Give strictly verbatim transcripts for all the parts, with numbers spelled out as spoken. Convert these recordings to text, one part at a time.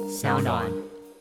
小暖。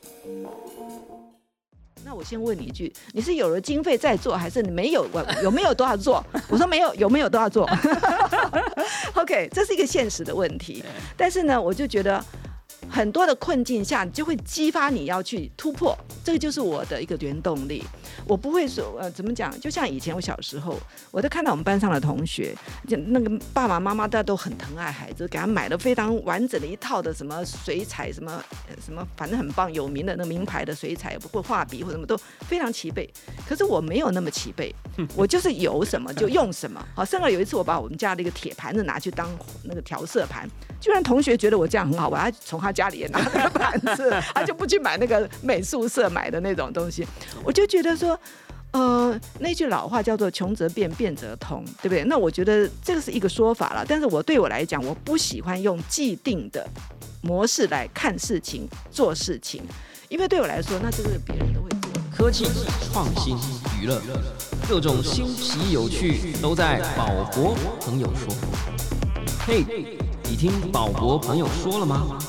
那我先问你一句，你是有了经费在做，还是你没有？有没有都要做？我说没有，有没有都要做。OK， 这是一个现实的问题。但是呢，我就觉得很多的困境下，就会激发你要去突破，这个就是我的一个原动力。我不会说呃怎么讲，就像以前我小时候，我都看到我们班上的同学，那个爸爸妈妈大家都很疼爱孩子，给他买了非常完整的一套的什么水彩什么什么，反正很棒有名的那名牌的水彩或画笔或什么都非常齐备。可是我没有那么齐备，我就是有什么就用什么。好，甚至有一次我把我们家的一个铁盘子拿去当那个调色盘，居然同学觉得我这样很好玩，他从他家里也拿那个盘子，他就不去买那个美术社买的那种东西。我就觉得说。呃，那句老话叫做穷则变，变则通，对不对？那我觉得这个是一个说法了，但是我对我来讲，我不喜欢用既定的模式来看事情、做事情，因为对我来说，那这个别人都会做。 科技、创新、娱乐，各种新奇有趣都在宝博朋友说。嘿，你听宝博朋友说了吗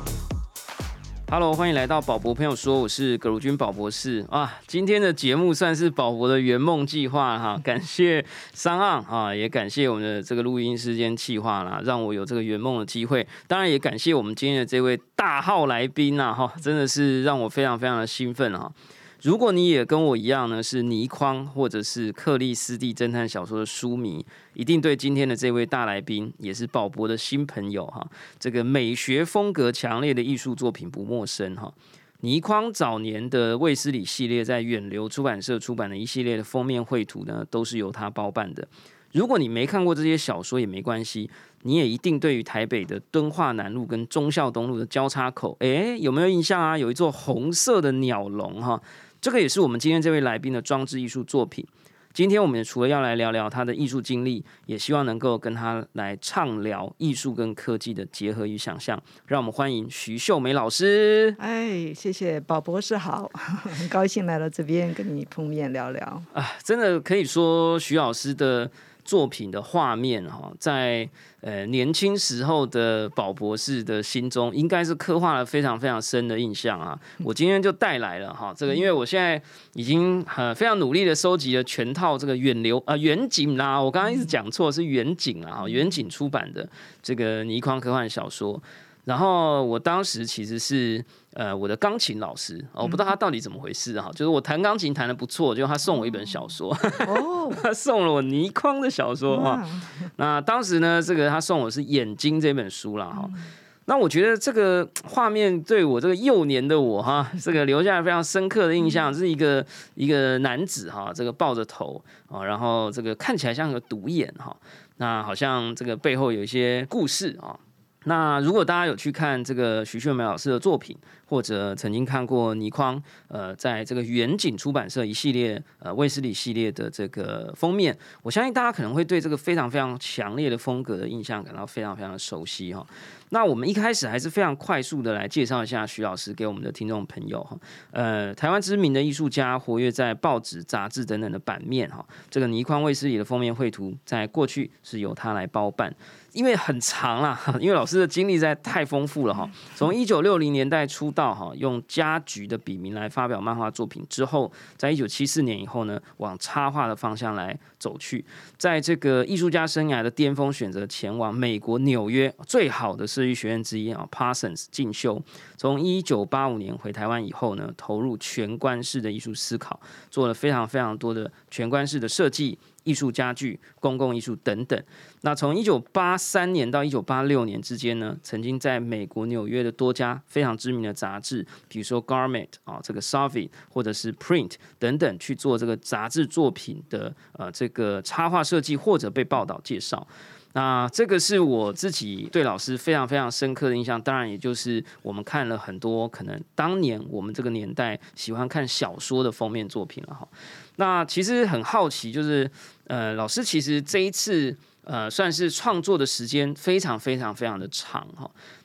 ？Hello， 欢迎来到宝博朋友说，我是葛如君宝博士啊。今天的节目算是宝博的圆梦计划哈，感谢商岸啊，也感谢我们的这个录音时间企划啦，让我有这个圆梦的机会。当然也感谢我们今天的这位大号来宾啊，哈，真的是让我非常非常的兴奋啊。如果你也跟我一样呢，是倪匡或者是克里斯蒂侦探小说的书迷，一定对今天的这位大来宾也是宝博的新朋友哈。这个美学风格强烈的艺术作品不陌生哈。倪匡早年的卫斯理系列在远流出版社出版的一系列的封面绘图呢，都是由他包办的。如果你没看过这些小说也没关系，你也一定对于台北的敦化南路跟忠孝东路的交叉口，哎，有没有印象啊？有一座红色的鸟笼哈。这个也是我们今天这位来宾的装置艺术作品。今天我们除了要来聊聊他的艺术经历，也希望能够跟他来畅聊艺术跟科技的结合与想象。让我们欢迎徐秀梅老师。 哎，谢谢宝博士好，很高兴来到这边跟你碰面聊聊。 啊，真的可以说徐老师的作品的画面哈，在呃年轻时候的宝博士的心中，应该是刻画了非常非常深的印象啊。我今天就带来了哈，这个因为我现在已经呃非常努力的收集了全套这个远流啊远景啦，我刚刚一直讲错是远景啦，远景出版的这个倪匡科幻小说。然后我当时其实是呃我的钢琴老师，我不知道他到底怎么回事哈，就是我弹钢琴弹得不错，就他送我一本小说，哦，他送了我倪匡的小说哈。那当时呢，这个他送我是《眼睛》这本书啦哈。那我觉得这个画面对我这个幼年的我哈，这个留下来非常深刻的印象，是一个一个男子哈，这个抱着头啊，然后这个看起来像个独眼哈，那好像这个背后有一些故事啊。那如果大家有去看这个徐秀梅老师的作品，或者曾经看过倪匡呃在这个远景出版社一系列呃卫斯理系列的这个封面，我相信大家可能会对这个非常非常强烈的风格的印象感到非常非常的熟悉哈。那我们一开始还是非常快速的来介绍一下徐老师给我们的听众朋友哈。呃，台湾知名的艺术家，活跃在报纸、杂志等等的版面哈。这个倪匡卫斯理的封面绘图，在过去是由他来包办。因为很长啦，因为老师的经历实在太丰富了哈。从一九六零年代出道哈，用家菊的笔名来发表漫画作品之后，在一九七四年以后呢，往插画的方向来走去。在这个艺术家生涯的巅峰，选择前往美国纽约最好的设计学院之一啊 ，Parsons 进修。从一九八五年回台湾以后呢，投入全观式的艺术思考，做了非常非常多的全观式的设计。艺术家具、公共艺术等等。那从一九八三年到一九八六年之间呢，曾经在美国纽约的多家非常知名的杂志，比如说 Garment 啊，这个 Savvy 或者是 Print 等等，去做这个杂志作品的呃这个插画设计或者被报道介绍。那这个是我自己对老师非常非常深刻的印象，当然也就是我们看了很多可能当年我们这个年代喜欢看小说的封面作品了哈。那其实很好奇，就是呃，老师其实这一次呃算是创作的时间非常非常非常的长哈。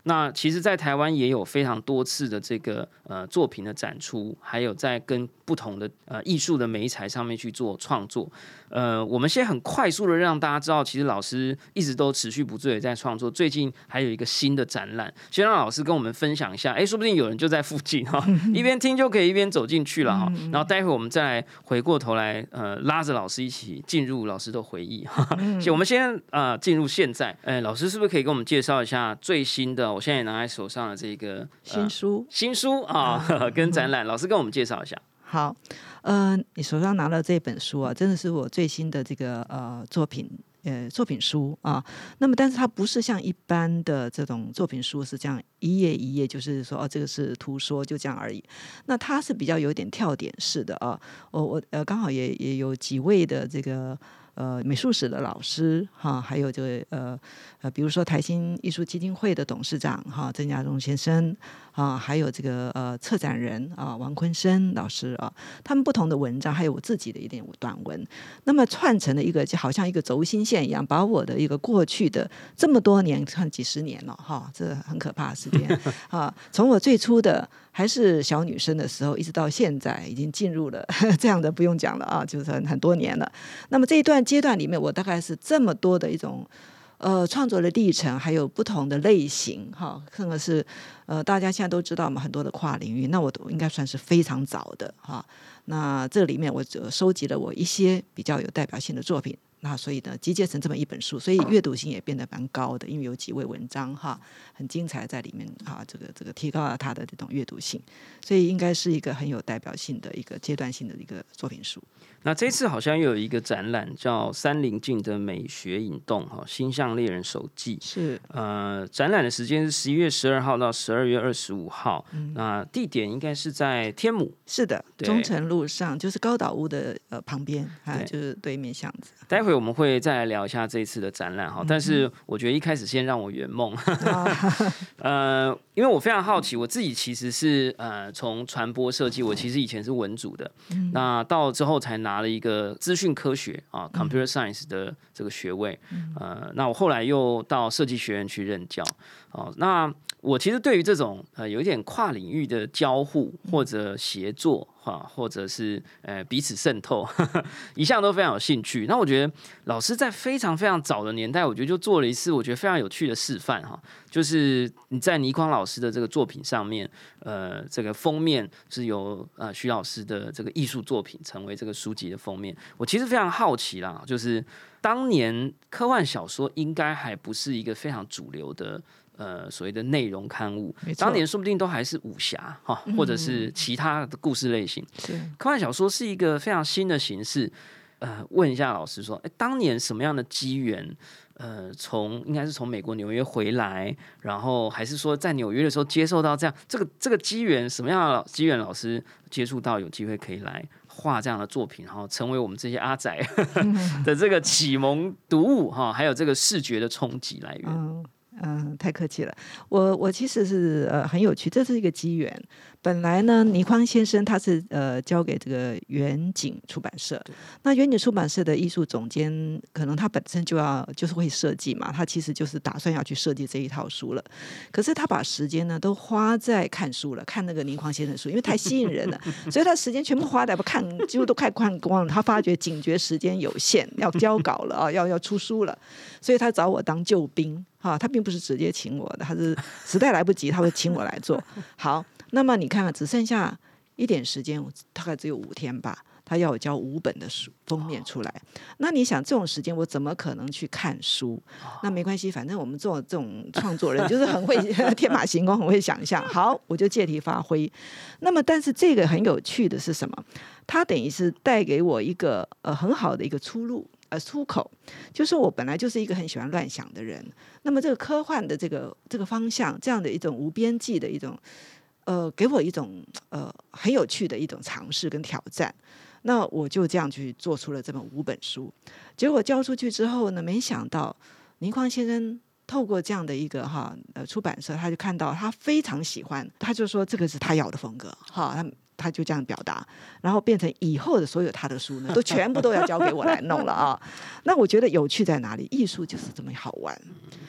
那其实，在台湾也有非常多次的这个呃作品的展出，还有在跟不同的呃艺术的媒材上面去做创作。呃，我们先很快速的让大家知道，其实老师一直都持续不醉的在创作。最近还有一个新的展览，先让老师跟我们分享一下。哎，说不定有人就在附近哈，一边听就可以一边走进去了哈。然后待会我们再来回过头来，呃，拉着老师一起进入老师的回忆哈。我们先呃进入现在，哎，老师是不是可以跟我们介绍一下最新的？我现在也拿在手上的这个、呃、 新书， 新书啊，跟展览，老师跟我们介绍一下。 好，呃，你手上拿了这本书啊，真的是我最新的这个呃作品。呃，作品书啊，那么但是它不是像一般的这种作品书是这样一页一页，就是说哦，这个是图说就这样而已。那它是比较有点跳点式的啊。我我呃刚好也也有几位的这个呃美术史的老师哈，还有这个呃呃，比如说台新艺术基金会的董事长哈曾家忠先生啊，还有这个呃策展人啊王坤生老师啊，他们不同的文章，还有我自己的一点短文，那么串成了一个就好像一个轴心线一样，把我的一个过去的这么多年，看几十年了哈，这很可怕的时间啊，从我最初的还是小女生的时候，一直到现在已经进入了这样的不用讲了啊，就是很很多年了。那么这一段阶段里面，我大概是这么多的一种呃创作的历程，还有不同的类型哈，甚至是呃大家现在都知道嘛，很多的跨领域，那我都应该算是非常早的哈。那这里面我就收集了我一些比较有代表性的作品。那所以呢，集结成这么一本书，所以阅读性也变得蛮高的，因为有几位文章哈，很精彩在里面哈，这个这个提高了它的这种阅读性，所以应该是一个很有代表性的一个阶段性的一个作品书。 那这次好像又有一个展览叫三棱镜的美学引动哈，星象猎人手记是呃，展览的时间是十一月十二号到十二月二十五号，嗯，那地点应该是在天母， 是的，中城路上就是高岛屋的呃旁边啊，就是对面巷子。 待会我们会再来聊一下这一次的展览哈，但是我觉得一开始先让我圆梦，呃，因为我非常好奇，我自己其实是呃从传播设计，我其实以前是文组的，嗯，那到之后才拿了一个资讯科学啊 （Computer Science） 的这个学位，嗯，呃，那我后来又到设计学院去任教，哦，那我其实对于这种呃有一点跨领域的交互或者协作哈，或者是呃彼此渗透，呵呵一向都非常有兴趣。那我觉得老师在非常非常早的年代，我觉得就做了一次我觉得非常有趣的示范哈，就是你在倪匡老师的这个作品上面，呃，这个封面是由呃徐老师的这个艺术作品成为这个书籍的封面。我其实非常好奇啦，就是当年科幻小说应该还不是一个非常主流的。呃，所谓的内容刊物，当年说不定都还是武侠哈，或者是其他的故事类型。嗯，科幻小说是一个非常新的形式。呃，问一下老师说，哎，当年什么样的机缘？呃，从应该是从美国纽约回来，然后还是说在纽约的时候接受到这样这个这个机缘，什么样的机缘老师接触到有机会可以来画这样的作品，然后成为我们这些阿宅的这个启蒙读物哈，还有这个视觉的冲击来源。嗯嗯，太客气了。我我其实是呃很有趣，这是一个机缘。本来呢，倪匡先生他是呃交给这个远景出版社，那远景出版社的艺术总监可能他本身就要就是会设计嘛，他其实就是打算要去设计这一套书了。可是他把时间呢都花在看书了，看那个倪匡先生的书，因为太吸引人了，所以他时间全部花在不看，几乎都快看光了。他发觉警觉时间有限，要交稿了啊，要要出书了，所以他找我当救兵。哈，他并不是直接请我的，他是实在来不及，他会请我来做。好，那么你看看，只剩下一点时间，大概只有五天吧。他要我交五本的书封面出来，那你想这种时间我怎么可能去看书？那没关系，反正我们做这种创作人就是很会天马行空，很会想象。好，我就借题发挥。那么，但是这个很有趣的是什么？它等于是带给我一个呃很好的一个出路。呃，出口就是我本来就是一个很喜欢乱想的人，那么这个科幻的这个这个方向，这样的一种无边际的一种，呃，给我一种呃很有趣的一种尝试跟挑战。那我就这样去做出了这么五本书，结果交出去之后呢，没想到倪匡先生透过这样的一个哈呃出版社，他就看到他非常喜欢，他就说这个是他要的风格哈，他。他就这样表达，然后变成以后的所有他的书呢，都全部都要交给我来弄了啊。那我觉得有趣在哪里？艺术就是这么好玩。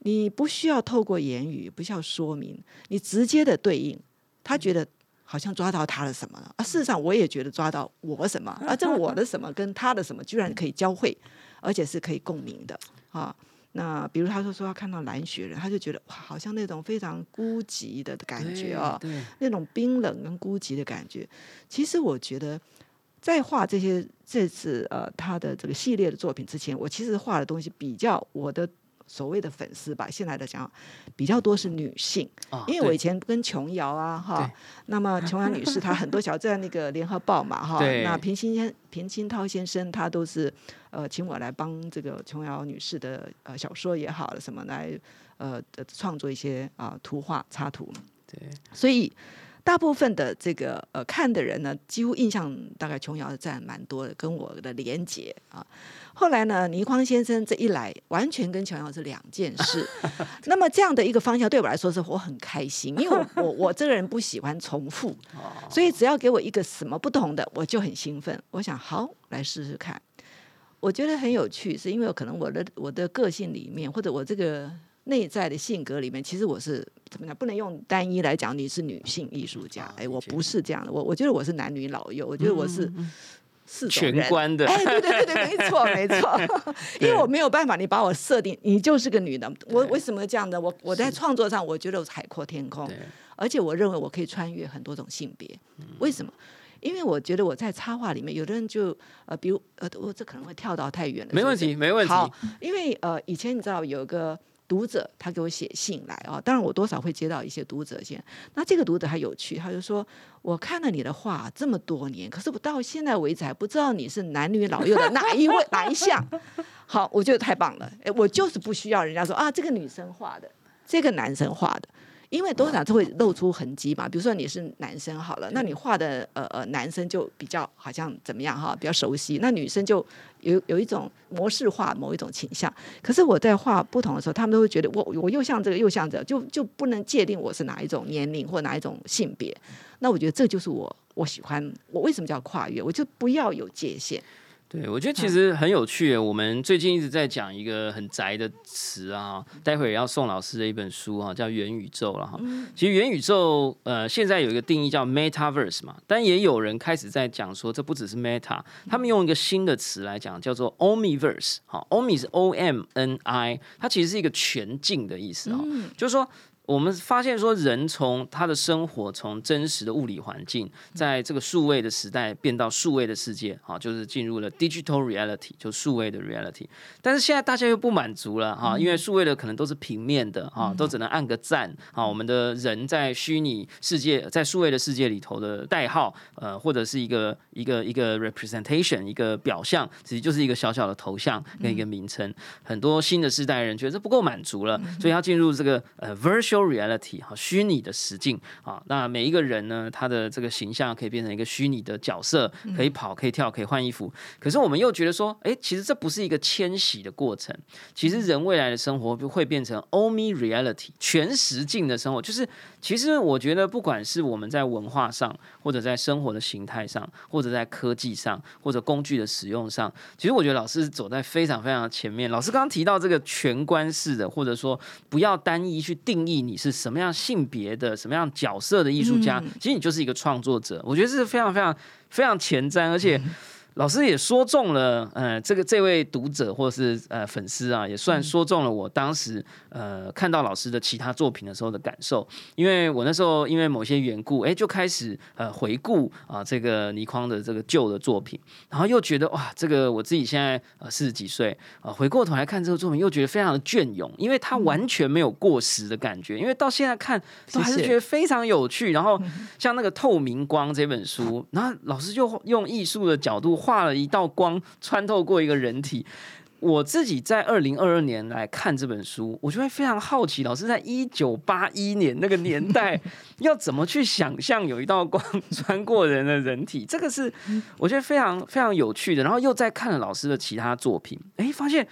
你不需要透过言语，不需要说明，你直接的对应，他觉得好像抓到他的什么了啊？事实上，我也觉得抓到我什么啊？这我的什么跟他的什么居然可以交汇，而且是可以共鸣的啊。那比如他说说他看到蓝雪人，他就觉得哇，好像那种非常孤寂的感觉啊，那种冰冷跟孤寂的感觉。其实我觉得，在画这些这次呃他的这个系列的作品之前，我其实画的东西比较我的所谓的粉丝吧，现在的讲比较多是女性，哦、因为我以前跟琼瑶啊哈，那么琼瑶女士她很多小在那个联合报嘛哈，那平鑫平鑫涛先生他都是呃请我来帮这个琼瑶女士的呃小说也好了什么来呃创作一些啊、呃、图画插图， 对， 所以。大部分的这个呃看的人呢，几乎印象大概琼瑶占蛮多的，跟我的连结啊。后来呢，倪匡先生这一来，完全跟琼瑶是两件事。那么这样的一个方向对我来说是我很开心，因为我我我这个人不喜欢重复，所以只要给我一个什么不同的，我就很兴奋。我想好来试试看，我觉得很有趣，是因为可能我的我的个性里面，或者我这个内在的性格里面，其实我是怎么讲？不能用单一来讲，你是女性艺术家。哎，我不是这样的，我我觉得我是男女老幼，我觉得我是四种人全观的。 哎，对对对对，没错没错。因为我没有办法，你把我设定，你就是个女的。我为什么这样的？我我在创作上，我觉得我是海阔天空，而且我认为我可以穿越很多种性别。为什么？因为我觉得我在插画里面，有的人就呃，比如呃，我这可能会跳到太远了。 没问题，没问题。 好，因为呃，以前你知道有个。读者他给我写信来啊，当然我多少会接到一些读者信。那这个读者还有趣，他就说：“我看了你的画这么多年，可是我到现在为止还不知道你是男女老幼的哪一位哪一项。”好，我觉得太棒了。哎，我就是不需要人家说啊，这个女生画的，这个男生画的。因为多少都会露出痕迹嘛，比如说你是男生好了，那你画的呃呃男生就比较好像怎么样哈，比较熟悉，那女生就有有一种模式化某一种倾向。可是我在画不同的时候，他们都会觉得我我又像这个又像这个，就就不能界定我是哪一种年龄或哪一种性别。那我觉得这就是我我喜欢，我为什么叫跨越，我就不要有界限。 对，我觉得其实很有趣。我们最近一直在讲一个很宅的词啊，待会也要送老师的一本书啊，叫元宇宙了哈。其实元宇宙呃，现在有一个定义叫 Metaverse 嘛，但也有人开始在讲说，这不只是 Meta， 他们用一个新的词来讲，叫做 Omniverse。好 ，Omni 是 O M N I， 它其实是一个全境的意思啊，嗯、就是说。我们发现说，人从他的生活，从真实的物理环境，在这个数位的时代变到数位的世界，啊，就是进入了 digital reality， 就数位的 reality。但是现在大家又不满足了哈，因为数位的可能都是平面的哈，都只能按个赞啊。我们的人在虚拟世界，在数位的世界里头的代号，呃，或者是一个一个一个 representation， 一个表象，其实就是一个小小的头像跟一个名称。很多新的世代人觉得这不够满足了，所以要进入这个呃 virtual reality 哈，虚拟的实境啊，那每一个人呢，他的这个形象可以变成一个虚拟的角色，可以跑，可以跳，可以换衣服。可是我们又觉得说，哎，其实这不是一个迁徙的过程，其实人未来的生活会变成 Omni reality 全实境的生活。就是其实我觉得，不管是我们在文化上，或者在生活的形态上，或者在科技上，或者工具的使用上，其实我觉得老师走在非常非常的前面。老师刚刚提到这个全观式的，或者说不要单一去定义你是什么样性别的、什么样角色的艺术家，嗯、其实你就是一个创作者。我觉得这是非常非常非常前瞻，而且。老师也说中了，呃，这个这位读者或是呃粉丝啊，也算说中了我当时呃看到老师的其他作品的时候的感受。因为我那时候因为某些缘故，哎，就开始呃回顾啊、呃、这个倪匡的这个旧的作品，然后又觉得哇，这个我自己现在呃四十几岁啊、呃，回过头来看这个作品，又觉得非常的隽永，因为它完全没有过时的感觉，因为到现在看都还是觉得非常有趣。然后像那个《透明光》这本书，然后老师就用艺术的角度。画了一道光穿透过一个人体，我自己在二零二二年来看这本书，我就会非常好奇，老师在一九八一年那个年代要怎么去想象有一道光穿过人的人体，这个是我觉得非常非常有趣的。然后又再看了老师的其他作品，哎，发现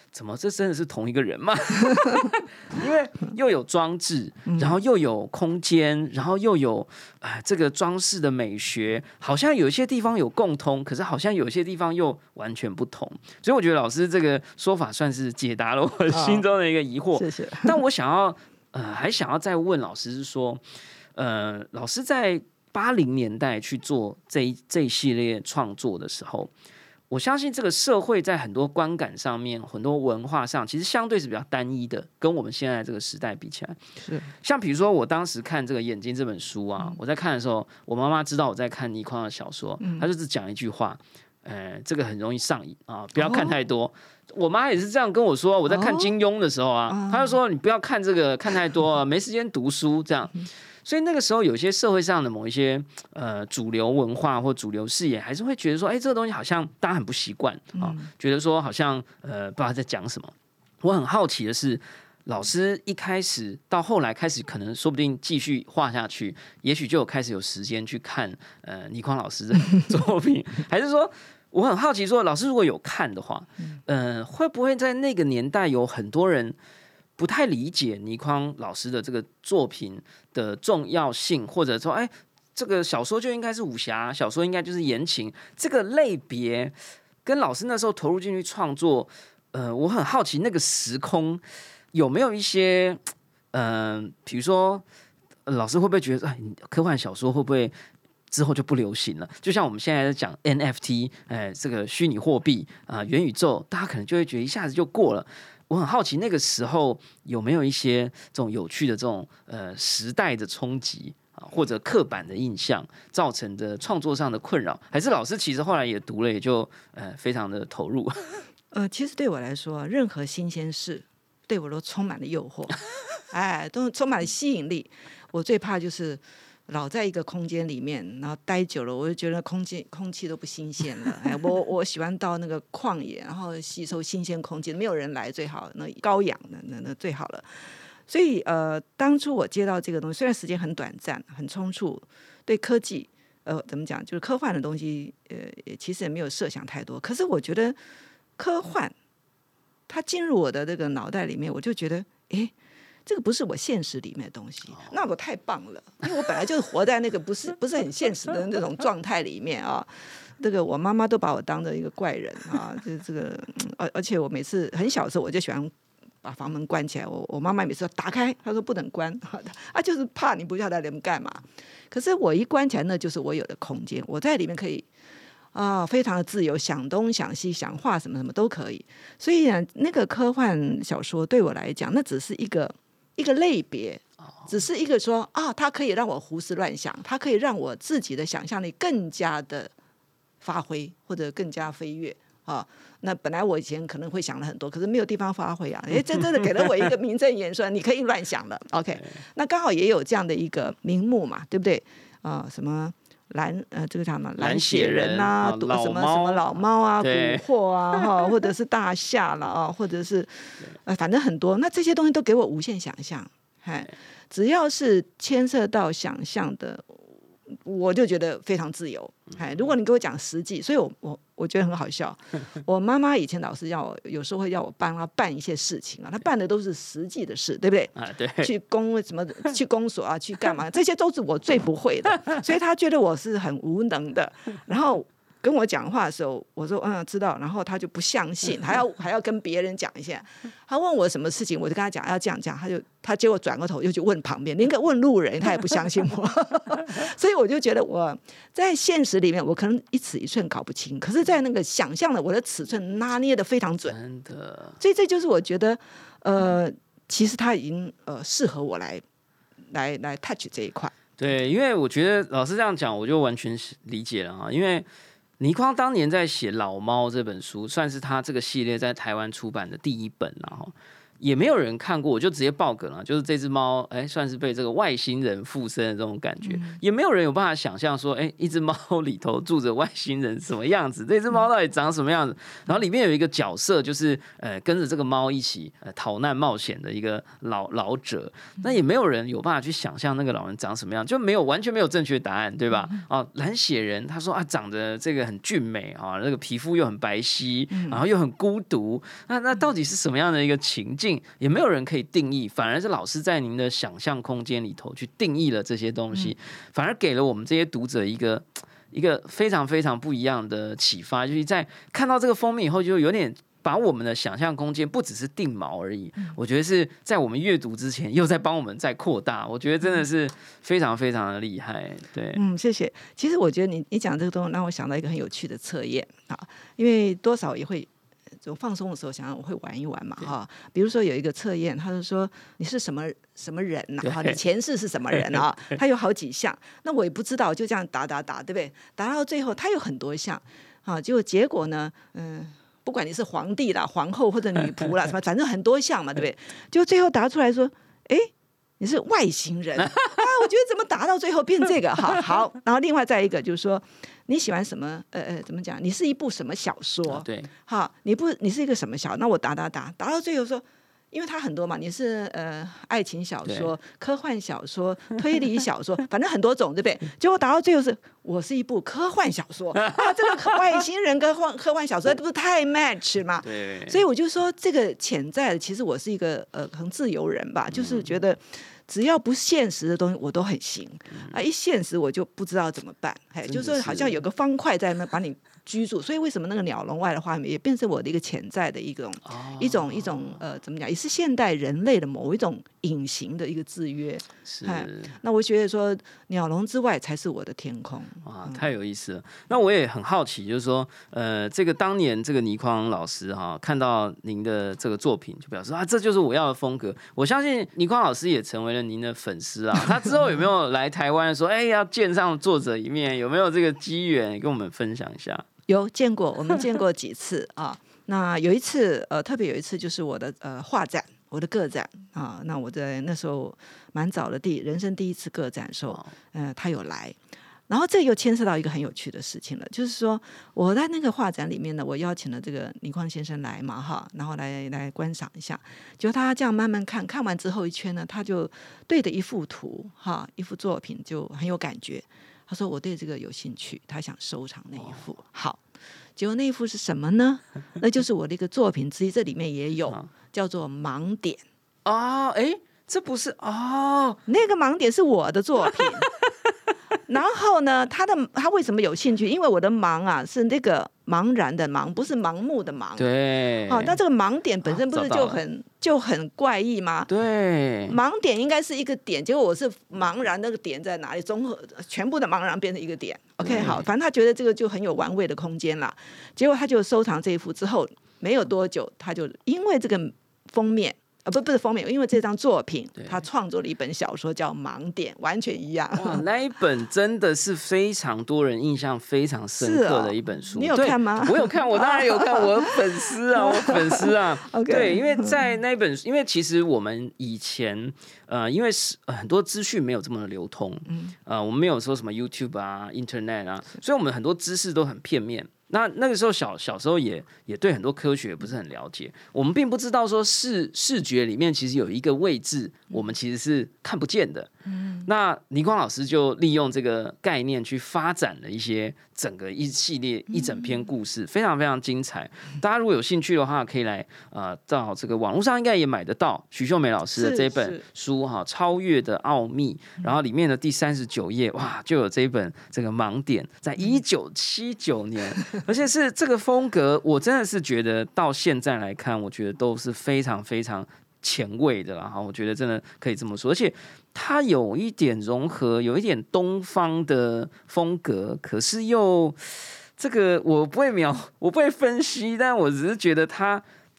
怎么这真的是同一个人吗？因为又有装置，然后又有空间，然后又有、呃、这个装饰的美学，好像有些地方有共通，可是好像有些地方又完全不同。所以我觉得老师这个说法算是解答了我心中的一个疑惑。 哦、谢谢。 但我想要呃，还想要再问老师是说，呃，老师在八零年代去做这一这一系列创作的时候。我相信这个社会在很多观感上面、很多文化上，其实相对是比较单一的，跟我们现在这个时代比起来。 是像比如说，我当时看这个《眼睛》这本书啊，嗯、我在看的时候，我妈妈知道我在看倪匡的小说，嗯、她就只讲一句话：，呃，这个很容易上瘾啊，不要看太多。哦、我妈也是这样跟我说，我在看金庸的时候啊，她、哦、就说你不要看这个，看太多啊，没时间读书这样。所以那个时候，有些社会上的某一些呃主流文化或主流视野，还是会觉得说，哎、欸，这个东西好像大家很不习惯啊，嗯、觉得说好像呃不知道在讲什么。我很好奇的是，老师一开始到后来开始，可能说不定继续画下去，也许就有开始有时间去看呃倪匡老师的作品，还是说？我很好奇说，老师如果有看的话，呃，会不会在那个年代有很多人？不太理解倪匡老师的这个作品的重要性，或者说，哎，这个小说就应该是武侠，小说应该就是言情，这个类别跟老师那时候投入进去创作，呃，我很好奇那个时空有没有一些，嗯、呃，比如说、呃，老师会不会觉得，哎，科幻小说会不会之后就不流行了？就像我们现在在讲 N F T， 哎，这个虚拟货币啊、呃，元宇宙，大家可能就会觉得一下子就过了。我很好奇，那个时候有没有一些这种有趣的这种呃时代的冲击啊，或者刻板的印象造成的创作上的困扰？还是老师其实后来也读了，也就呃非常的投入？ 呃，其实对我来说，任何新鲜事对我都充满了诱惑，哎，都充满了吸引力。我最怕就是老在一个空间里面，然后待久了，我就觉得空气空气都不新鲜了。哎，我我喜欢到那个旷野，然后吸收新鲜空气，没有人来最好，那高氧的那那最好了。所以呃，当初我接到这个东西，虽然时间很短暂、很匆促，对科技呃怎么讲，就是科幻的东西，呃，其实也没有设想太多。可是我觉得科幻它进入我的这个脑袋里面，我就觉得，哎。这个不是我现实里面的东西，那我太棒了，因为我本来就是活在那个不是不是很现实的那种状态里面啊。这个我妈妈都把我当成一个怪人啊，这这个而而且我每次很小的时候我就喜欢把房门关起来，我我妈妈每次说打开，她说不能关啊，就是怕你不晓得在里面干嘛。可是我一关起来，那就是我有的空间，我在里面可以。啊，非常的自由，想东想西，想画什么什么都可以。所以呢，那个科幻小说对我来讲，那只是一个一个类别，只是一个说啊，它可以让我胡思乱想，它可以让我自己的想象力更加的发挥，或者更加飞跃啊。那本来我以前可能会想了很多，可是没有地方发挥啊。哎，真正的给了我一个名正言顺，你可以乱想了。OK， 那刚好也有这样的一个名目嘛，对不对？啊、呃，什么？蓝呃，这个叫什么？蓝血人啊，什么什么老猫啊，蛊惑啊，哈，或者是大夏了啊，或者是呃，反正很多。那这些东西都给我无限想象，哎，只要是牵涉到想象的，我就觉得非常自由。哎，如果你给我讲实际，所以我我我觉得很好笑。我妈妈以前老是要我，有时候会要我帮她办一些事情啊，她办的都是实际的事，对不对？ 啊，对。 去公什么去公所啊，去干嘛？这些都是我最不会的，所以她觉得我是很无能的。然后跟我讲话的时候，我说嗯知道，然后他就不相信，还要还要跟别人讲一下。他问我什么事情，我就跟他讲要这样讲，他就他结果转过头又去问旁边，连个问路人他也不相信我。所以我就觉得我在现实里面我可能一尺一寸搞不清，可是在那个想象的我的尺寸拿捏的非常准， 真的。 所以这就是我觉得呃其实他已经呃适合我来来来 touch 这一块。 对，因为我觉得老师这样讲我就完全理解了哈，因为倪匡当年在写《老猫》这本书，算是他这个系列在台湾出版的第一本，然后也没有人看过，我就直接爆梗了，就是这只猫，哎，算是被这个外星人附身的这种感觉，嗯、也没有人有办法想象说，哎，一只猫里头住着外星人什么样子，这只猫到底长什么样子？然后里面有一个角色，就是呃跟着这个猫一起呃逃难冒险的一个老老者，那也没有人有办法去想象那个老人长什么样，就没有完全没有正确答案，对吧？哦，蓝血人他说啊，长得这个很俊美啊，那个皮肤又很白皙，然后又很孤独，那那到底是什么样的一个情境？也没有人可以定义，反而是老师在您的想象空间里头去定义了这些东西，嗯、反而给了我们这些读者一个一个非常非常不一样的启发，就是在看到这个封面以后，就有点把我们的想象空间不只是定锚而已，嗯、我觉得是在我们阅读之前又在帮我们再扩大，我觉得真的是非常非常的厉害。对， 嗯，谢谢。其实我觉得你你讲这个东西让我想到一个很有趣的测验啊，因为多少也会。就放松的时候想想我会玩一玩嘛哈，比如说有一个测验，他就说你是什么什么人呐、啊、哈，你前世是什么人啊？他有好几项，那我也不知道，就这样打打打，对不对？打到最后他有很多项啊，结果结果呢，嗯、呃，不管你是皇帝啦、皇后或者女仆啦，什么反正很多项嘛，对不对？就最后答出来说，哎。你是外星人啊！我觉得怎么答到最后变这个哈好，然后另外再一个就是说你喜欢什么呃呃怎么讲？你是一部什么小说？ 啊、对， 好，你不你是一个什么小？那我答答答答到最后说，因为它很多嘛，你是呃爱情小说、科幻小说、推理小说，反正很多种，对不对？结果答到最后是我是一部科幻小说啊，这个外星人跟科科幻小说，这不是太 match 吗？ 对， 所以我就说这个潜在的，其实我是一个呃很自由人吧，就是觉得。只要不现实的东西我都很行、嗯、啊！一现实我就不知道怎么办，哎，就是好像有个方块在那把你居住，所以为什么那个鸟笼外的画面也变成我的一个潜在的一种、哦、一种一种呃怎么讲，也是现代人类的某一种隐形的一个制约。 是， 那我觉得说鸟笼之外才是我的天空。 哇，太有意思了！那我也很好奇，就是说，呃，这个当年这个倪匡老师哈、啊，看到您的这个作品，就表示啊，这就是我要的风格。我相信倪匡老师也成为了您的粉丝啊。他之后有没有来台湾说，哎，要见上作者一面？有没有这个机缘跟我们分享一下？ 有见过，我们见过几次啊。那有一次，呃，特别有一次就是我的呃画展，我的个展啊。那我在那时候蛮早的第人生第一次个展的时候，呃，他有来。然后这又牵涉到一个很有趣的事情了，就是说我在那个画展里面呢，我邀请了这个倪匡先生来嘛，哈，然后来来观赏一下。结果他这样慢慢看，看完之后一圈呢，他就对着一幅图，哈，一幅作品就很有感觉。他说我对这个有兴趣，他想收藏那一幅。好，结果那一幅是什么呢？那就是我的一个作品之一，这里面也有，叫做盲点。 哦，哎，这不是哦， 那个盲点是我的作品。然后呢，他的他为什么有兴趣？因为我的盲啊是那个茫然的茫，不是盲目的盲。 对。 哦，那这个盲点本身不是就很、啊、就很怪异吗？ 对。 盲点应该是一个点，结果我是茫然，那个点在哪里？综合全部的茫然变成一个点。OK， 好，反正他觉得这个就很有玩味的空间啦。结果他就收藏这一幅之后，没有多久，他就因为这个封面。啊、不不是封面，因为这张作品他创作了一本小说叫《盲点》，完全一样。 哇，那一本真的是非常多人印象非常深刻的一本书。 哦、你有看吗？ 我有看，我当然有看，我粉丝啊，我粉丝啊。 okay. 对，因为在那一本，因为其实我们以前呃，因为是、呃、很多资讯没有这么的流通，嗯，呃，我们没有说什么 YouTube 啊、Internet 啊，所以我们很多知识都很片面。那那个时候小小时候也也对很多科学不是很了解，我们并不知道说视视觉里面其实有一个位置，我们其实是看不见的。嗯，那倪匡老师就利用这个概念去发展了一些整个一系列一整篇故事，嗯、非常非常精彩。大家如果有兴趣的话，可以来呃到这个网络上应该也买得到许秀美老师的这本书哈，《超越的奥秘》，然后里面的第三十九页哇，就有这一本这个盲点，在一九七九年。而且是这个风格，我真的是觉得到现在来看，我觉得都是非常非常前卫的啦。哈，我觉得真的可以这么说。而且它有一点融合，有一点东方的风格，可是又这个我不会描，我不会分析，但我只是觉得它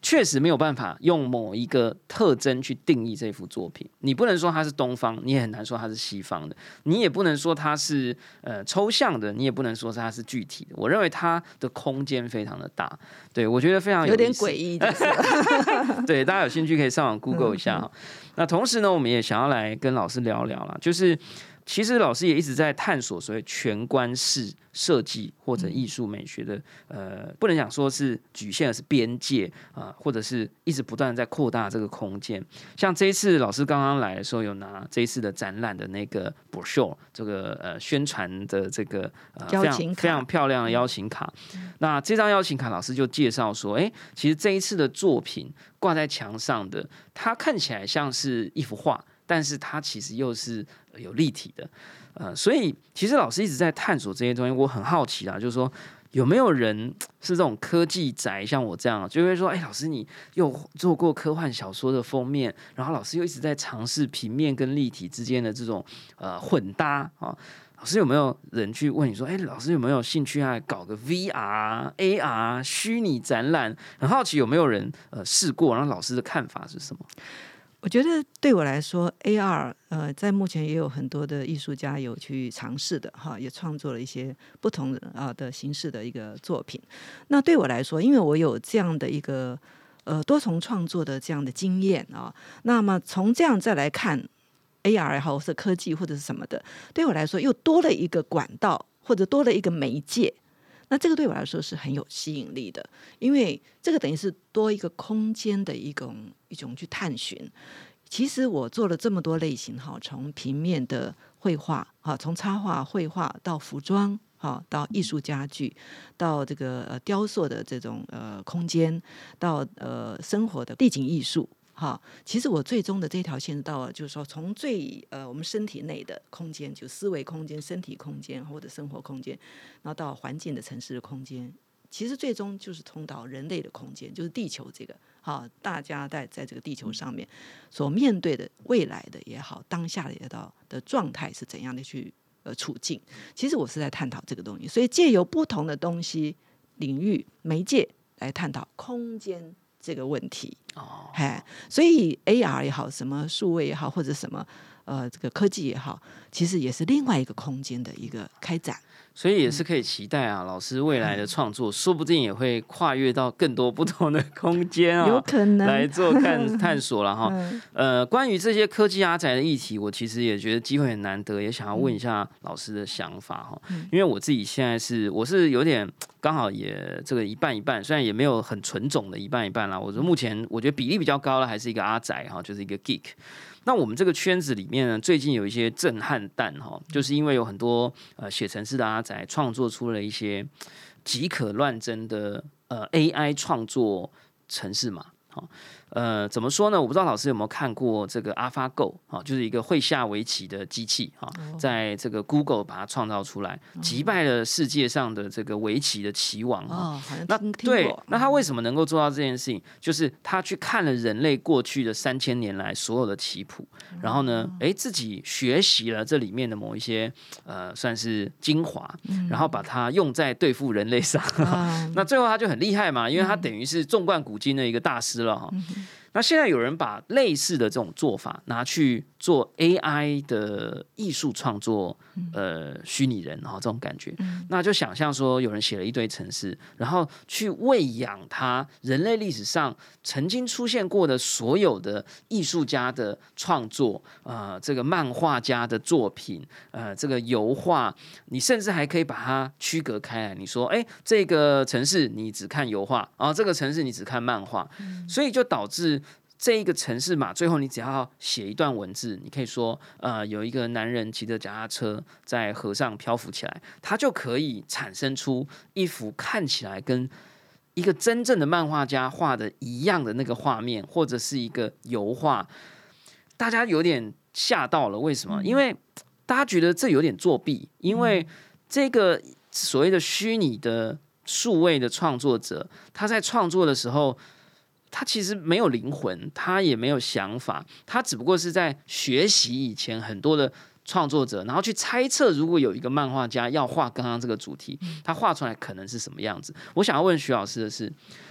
确实没有办法用某一个特征去定义这幅作品。你不能说它是东方，你也很难说它是西方的，你也不能说它是呃抽象的，你也不能说它是具体的。我认为它的空间非常的大，对我觉得非常 有, 有点诡异，就是对，大家有兴趣可以上网 Google 一下哈。那同时呢，我们也想要来跟老师聊聊啦，就是其实老师也一直在探索所谓全观式设计或者艺术美学的，呃，不能讲说是局限的是边界啊、呃，或者是一直不断在扩大这个空间。像这一次老师刚刚来的时候，有拿这一次的展览的那个 brochure 这个呃宣传的这个呃非常非常漂亮的邀请卡。那这张邀请卡，老师就介绍说，哎，其实这一次的作品挂在墙上的，它看起来像是一幅画。但是它其实又是有立体的，呃，所以其实老师一直在探索这些东西，我很好奇啦，就是说有没有人是这种科技宅，像我这样，就会说，哎、欸，老师你又做过科幻小说的封面，然后老师又一直在尝试平面跟立体之间的这种呃混搭啊。老师有没有人去问你说，哎、欸，老师有没有兴趣来搞个 V R、A R 虚拟展览？很好奇有没有人呃试过，然后老师的看法是什么？ 我觉得对我来说 A R 呃，在目前也有很多的艺术家有去尝试的哈，也创作了一些不同的啊的形式的一个作品。那对我来说，因为我有这样的一个呃多重创作的这样的经验啊，那么从这样再来看 A R 也好，或是科技或者是什么的，对我来说又多了一个管道，或者多了一个媒介。那这个对我来说是很有吸引力的，因为这个等于是多一个空间的一种一种去探寻。其实我做了这么多类型，从平面的绘画，从插画绘画到服装，到艺术家具，到这个呃雕塑的这种呃空间，到呃生活的地景艺术。哈，其实我最终的这条线到了，就是说从最呃我们身体内的空间，就思维空间、身体空间或者生活空间，然后到环境的城市的空间，其实最终就是通到人类的空间，就是地球这个，好，大家在在这个地球上面所面对的未来的也好，当下的也好的状态是怎样的去呃处境。其实我是在探讨这个东西，所以借由不同的东西领域媒介来探讨空间这个问题。哦，所以 A R 也好，什么数位也好，或者什么呃这个科技也好，其实也是另外一个空间的一个开展。 所以也是可以期待啊，老师未来的创作，说不定也会跨越到更多不同的空间啊， 有可能来做看探索了哈。呃，关于这些科技阿宅的议题，我其实也觉得机会很难得，也想要问一下老师的想法哈。因为我自己现在是我是有点刚好也这个一半一半，虽然也没有很纯种的一半一半啦。我说目前我觉得比例比较高的还是一个阿宅哈，就是一个 geek。那我们这个圈子里面呢，最近有一些震撼弹哈，就是因为有很多呃写程式的阿宅创作出了一些极可乱真的呃 A I 创作程式嘛，好。呃，怎么说呢？我不知道老师有没有看过这个 AlphaGo 啊，就是一个会下围棋的机器啊，在这个 Google 把它创造出来，击败了世界上的这个围棋的棋王啊。那对，那他为什么能够做到这件事情？就是他去看了人类过去的三千年来所有的棋谱，然后呢，哎，自己学习了这里面的某一些呃，算是精华，然后把它用在对付人类上。那最后他就很厉害嘛，因为他等于是纵贯古今的一个大师了哈。那现在有人把类似的这种做法拿去做 A I 的艺术创作，呃，虚拟人哈，这种感觉，那就想象说有人写了一堆程式，然后去喂养他人类历史上曾经出现过的所有的艺术家的创作，呃，这个漫画家的作品，呃，这个油画，你甚至还可以把它区隔开来。你说，哎，这个程式你只看油画，然后这个程式你只看漫画，所以就导致。这一个程式码，最后你只要写一段文字，你可以说，呃，有一个男人骑着脚踏车在河上漂浮起来，它就可以产生出一幅看起来跟一个真正的漫画家画的一样的那个画面，或者是一个油画。大家有点吓到了，为什么？因为大家觉得这有点作弊，因为这个所谓的虚拟的数位的创作者，他在创作的时候。他其实没有灵魂，他也没有想法，他只不过是在学习以前很多的创作者，然后去猜测，如果有一个漫画家要画刚刚这个主题，他画出来可能是什么样子。我想要问徐老师的是，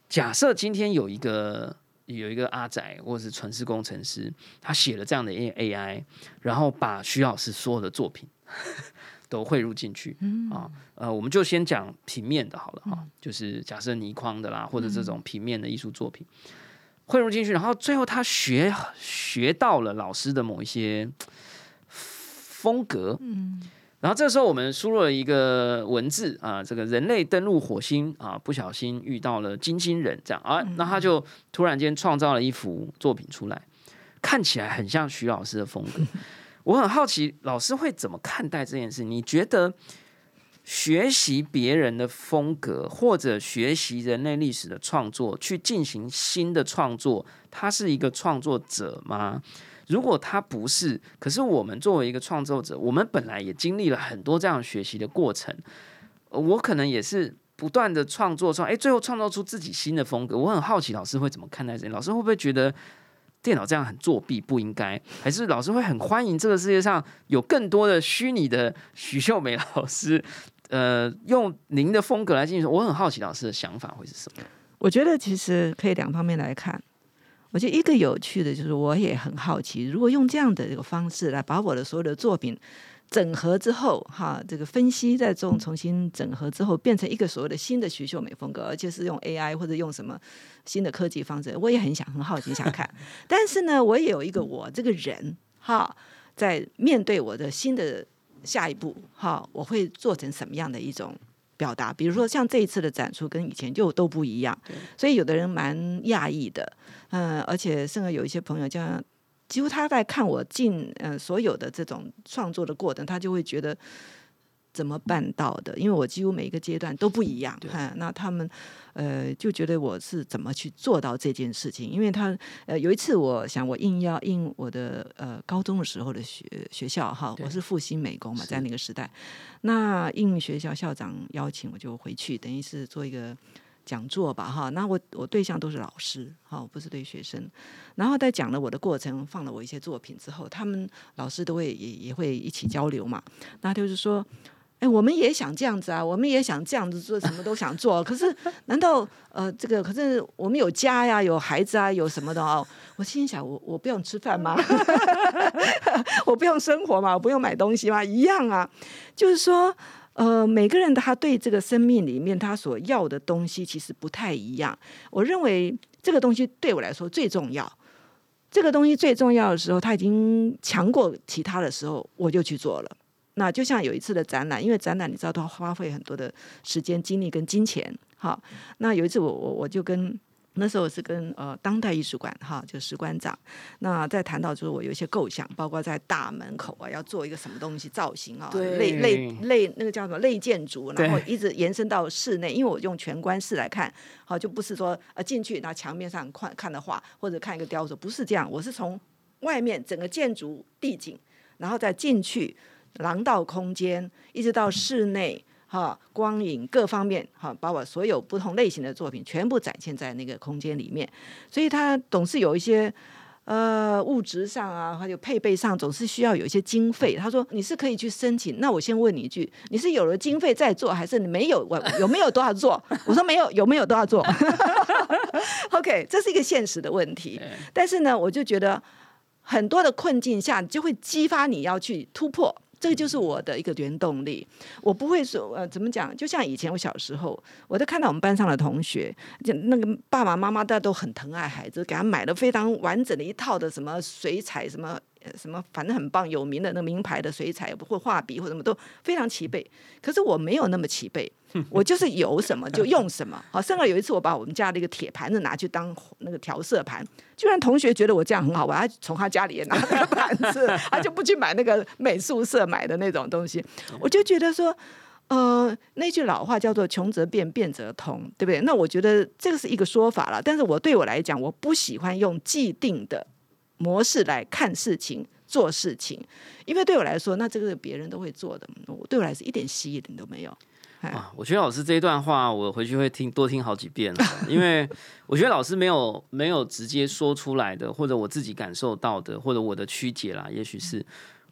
假设今天有一个有一个阿宅或者是程式工程师，他写了这样的 A I， 然后把徐老师所有的作品都汇入进去、嗯啊、呃，我们就先讲平面的好了哈、嗯，就是假设泥框的啦，或者这种平面的艺术作品汇入进去，然后最后他学学到了老师的某一些风格，嗯。然后这时候我们输入了一个文字啊，这个人类登陆火星啊，不小心遇到了金星人，这样啊，那他就突然间创造了一幅作品出来，看起来很像徐老师的风格。我很好奇，老师会怎么看待这件事？你觉得学习别人的风格，或者学习人类历史的创作，去进行新的创作，他是一个创作者吗？如果他不是，可是我们作为一个创作者，我们本来也经历了很多这样学习的过程。我可能也是不断的创作创，哎，最后创造出自己新的风格。我很好奇老师会怎么看待这件事？老师会不会觉得电脑这样很作弊，不应该？还是老师会很欢迎这个世界上有更多的虚拟的许秀美老师，呃，用您的风格来进行？我很好奇老师的想法会是什么？ 我觉得其实可以两方面来看。我觉得一个有趣的就是，我也很好奇，如果用这样的一个方式来把我的所有的作品整合之后，哈，这个分析再重重新整合之后，变成一个所谓的新的徐秀美风格，而且是用 A I 或者用什么新的科技方式，我也很想很好奇想看。但是呢，我也有一个我这个人哈，在面对我的新的下一步哈，我会做成什么样的一种表达？比如说像这一次的展出跟以前就都不一样，所以有的人蛮讶异的。嗯，而且甚至有一些朋友这样，几乎他在看我进呃所有的这种创作的过程，他就会觉得怎么办到的？因为我几乎每一个阶段都不一样。嗯、那他们呃就觉得我是怎么去做到这件事情？因为他呃有一次，我想我应要应我的呃高中的时候的学学校哈，我是复兴美工嘛，在那个时代，那应学校校长邀请，我就回去，等于是做一个讲座吧哈，那我我对象都是老师哈，不是对学生。然后在讲了我的过程，放了我一些作品之后，他们老师都会也也会一起交流嘛。那就是说，哎，我们也想这样子啊，我们也想这样子做，什么都想做。可是难道呃这个？可是我们有家呀，有孩子啊，有什么的哦？我心想，我我不用吃饭吗？我不用生活吗？我不用买东西吗？一样啊，就是说。呃，每个人他对这个生命里面他所要的东西其实不太一样。我认为这个东西对我来说最重要，这个东西最重要的时候，他已经强过其他的时候，我就去做了。那就像有一次的展览，因为展览你知道都要花费很多的时间、精力跟金钱。好，那有一次我我我就跟。那时候是跟呃当代艺术馆哈，就史馆长，那在谈到就是我有一些构想，包括在大门口啊要做一个什么东西造型啊，类类类那个叫什么类建筑，然后一直延伸到室内，因为我用全观式来看，好就不是说呃进去然后墙面上看看的画或者看一个雕塑，不是这样，我是从外面整个建筑地景，然后再进去廊道空间，一直到室内。哈，光影各方面，哈，把我所有不同类型的作品全部展现在那个空间里面，所以它总是有一些呃物质上啊，还有配备上，总是需要有一些经费。他说你是可以去申请，那我先问你一句，你是有了经费在做，还是你没有？有没有都要做？我说没有，有没有都要做。OK， 这是一个现实的问题，但是呢，我就觉得很多的困境下，就会激发你要去突破。这个就是我的一个原动力，我不会说呃怎么讲，就像以前我小时候，我都看到我们班上的同学，就那个爸爸妈妈大家都很疼爱孩子，给他买了非常完整的一套的什么水彩什么什么，反正很棒有名的那名牌的水彩或画笔或什么都非常齐备。可是我没有那么齐备，我就是有什么就用什么。好，甚至有一次我把我们家的一个铁盘子拿去当那个调色盘，居然同学觉得我这样很好玩，他从他家里也拿那个盘子，他就不去买那个美术社买的那种东西。我就觉得说。呃，那句老话叫做穷则变，变则通，对不对？那我觉得这个是一个说法了，但是我对我来讲，我不喜欢用既定的模式来看事情、做事情，因为对我来说，那这个别人都会做的，对我来说一点吸引力都没有。 啊，我觉得老师这一段话，我回去会听多听好几遍，因为我觉得老师没有没有直接说出来的，或者我自己感受到的，或者我的曲解啦，也许是。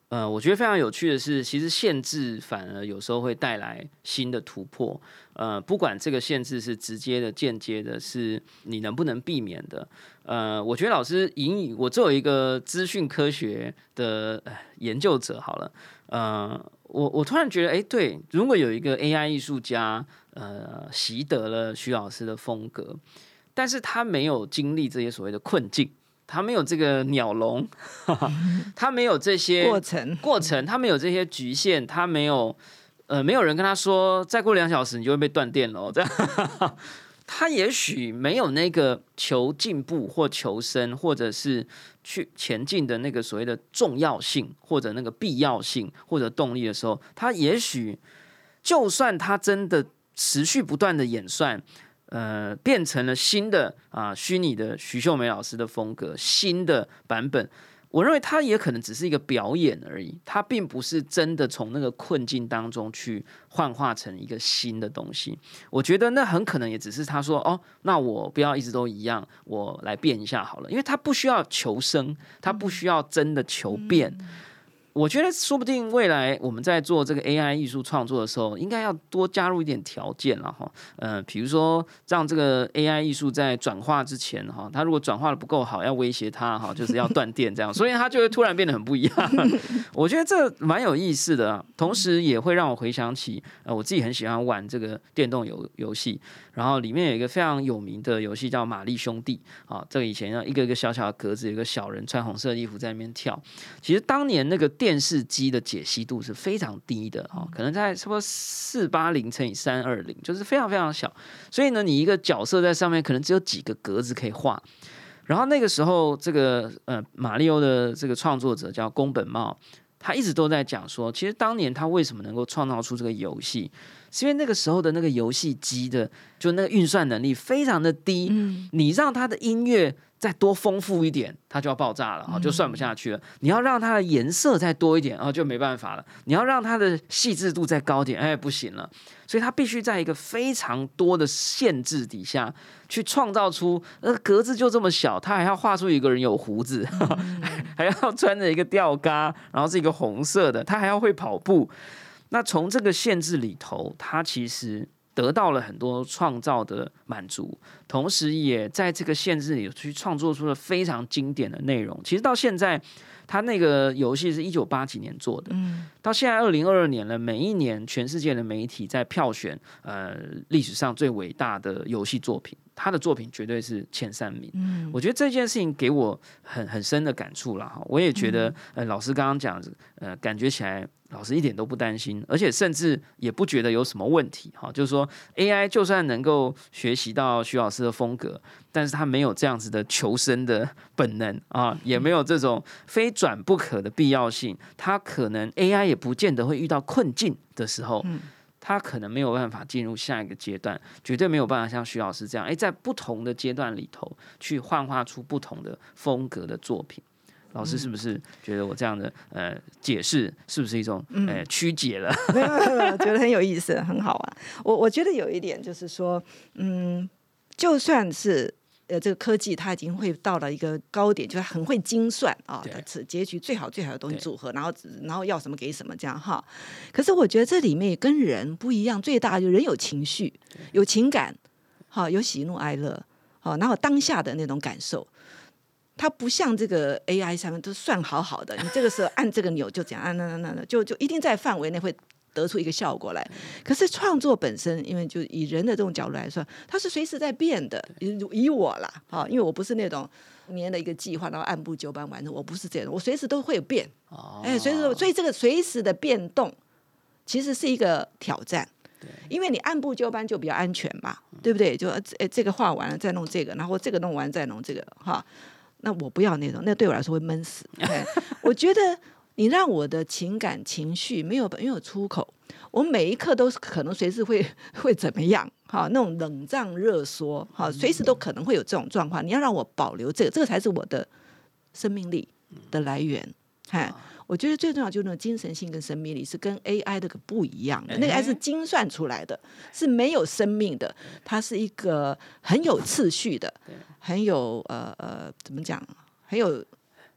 呃，我觉得非常有趣的是，其实限制反而有时候会带来新的突破。呃，不管这个限制是直接的、间接的，是你能不能避免的。呃，我觉得老师以我作为一个资讯科学的、呃、研究者，好了，呃，我我突然觉得，哎，对，如果有一个 A I 艺术家，呃，习得了徐老师的风格，但是他没有经历这些所谓的困境。他没有这个鸟笼，他没有这些过程， 过程，他没有这些局限，他没有呃，没有人跟他说，再过两小时你就会被断电了，这样。他也许没有那个求进步或求生，或者是去前进的那个所谓的重要性，或者那个必要性，或者动力的时候，他也许就算他真的持续不断的演算。呃，变成了新的啊虚拟的徐秀梅老师的风格，新的版本。我认为它也可能只是一个表演而已，它并不是真的从那个困境当中去幻化成一个新的东西。我觉得那很可能也只是他说哦，那我不要一直都一样，我来变一下好了，因为他不需要求生，他不需要真的求变。嗯，我觉得说不定未来我们在做这个 A I 艺术创作的时候，应该要多加入一点条件了哈。呃，比如说让这个 A I 艺术在转化之前哈，它如果转化的不够好，要威胁它哈，就是要断电这样，所以它就会突然变得很不一样。我觉得这蛮有意思的，啊，同时也会让我回想起呃我自己很喜欢玩这个电动游游戏，然后里面有一个非常有名的游戏叫《玛丽兄弟》啊，这个以前一个一个小小的格子，有一个小人穿红色的衣服在那边跳。其实当年那个电视机的解析度是非常低的，可能在差不多四八零乘以三二零，就是非常非常小。所以呢，你一个角色在上面可能只有几个格子可以画。然后那个时候，这个呃马里奥的这个创作者叫宫本茂，他一直都在讲说，其实当年他为什么能够创造出这个游戏，是因为那个时候的那个游戏机的就那个运算能力非常的低，嗯，你让他的音乐再多丰富一点，它就要爆炸了，就算不下去了。你要让它的颜色再多一点，就没办法了。你要让它的细致度再高一点，哎，不行了。所以它必须在一个非常多的限制底下，去创造出，呃，格子就这么小，它还要画出一个人有胡子，还要穿着一个吊嘎，然后是一个红色的，他还要会跑步。那从这个限制里头，它其实得到了很多创造的满足，同时也在这个限制里去创作出了非常经典的内容。其实到现在，他那个游戏是一九八几年做的，嗯，到现在二零二二年了，每一年全世界的媒体在票选呃历史上最伟大的游戏作品，他的作品绝对是前三名。嗯，我觉得这件事情给我很很深的感触了哈。我也觉得，呃，老师刚刚讲，呃，感觉起来老师一点都不担心，而且甚至也不觉得有什么问题哈。就是说 ，A I 就算能够学习到徐老师的风格，但是他没有这样子的求生的本能啊，也没有这种非转不可的必要性。他可能 A I 也不见得会遇到困境的时候。嗯，他可能没有办法进入下一个阶段，绝对没有办法像徐老师这样，哎，在不同的阶段里头去幻化出不同的风格的作品。老师是不是觉得我这样的呃解释是不是一种呃曲解了？ 没有没有没有，觉得很有意思，很好玩。我我觉得有一点就是说，嗯，就算是。呃，这个科技它已经会到了一个高点，就是很会精算啊，结局最好最好的东西组合，然后然后要什么给什么这样哈。可是我觉得这里面也跟人不一样，最大就是人有情绪、有情感，好，有喜怒哀乐，好，然后当下的那种感受。它不像这个 A I 上面都算好好的，你这个时候按这个钮就怎样，按那那那那，就就一定在范围内会得出一个效果来。可是创作本身，因为就以人的这种角度来说，它是随时在变的。以我啦，啊，因为我不是那种年的一个计划，然后按部就班完成，我不是这样，我随时都会有变。哦，哎，随时，所以这个随时的变动，其实是一个挑战。因为你按部就班就比较安全嘛，对不对？就哎，这个画完了再弄这个，然后这个弄完再弄这个，哈。那我不要那种，那对我来说会闷死。我觉得你让我的情感情绪没有没有出口，我每一刻都可能随时会会怎么样？哈，那种冷胀热缩，哈，随时都可能会有这种状况。你要让我保留这个，这个才是我的生命力的来源。哎，我觉得最重要就是那种精神性跟生命力是跟 A I 的不一样的，那个 A I 是精算出来的，是没有生命的，它是一个很有次序的，很有呃呃怎么讲，很有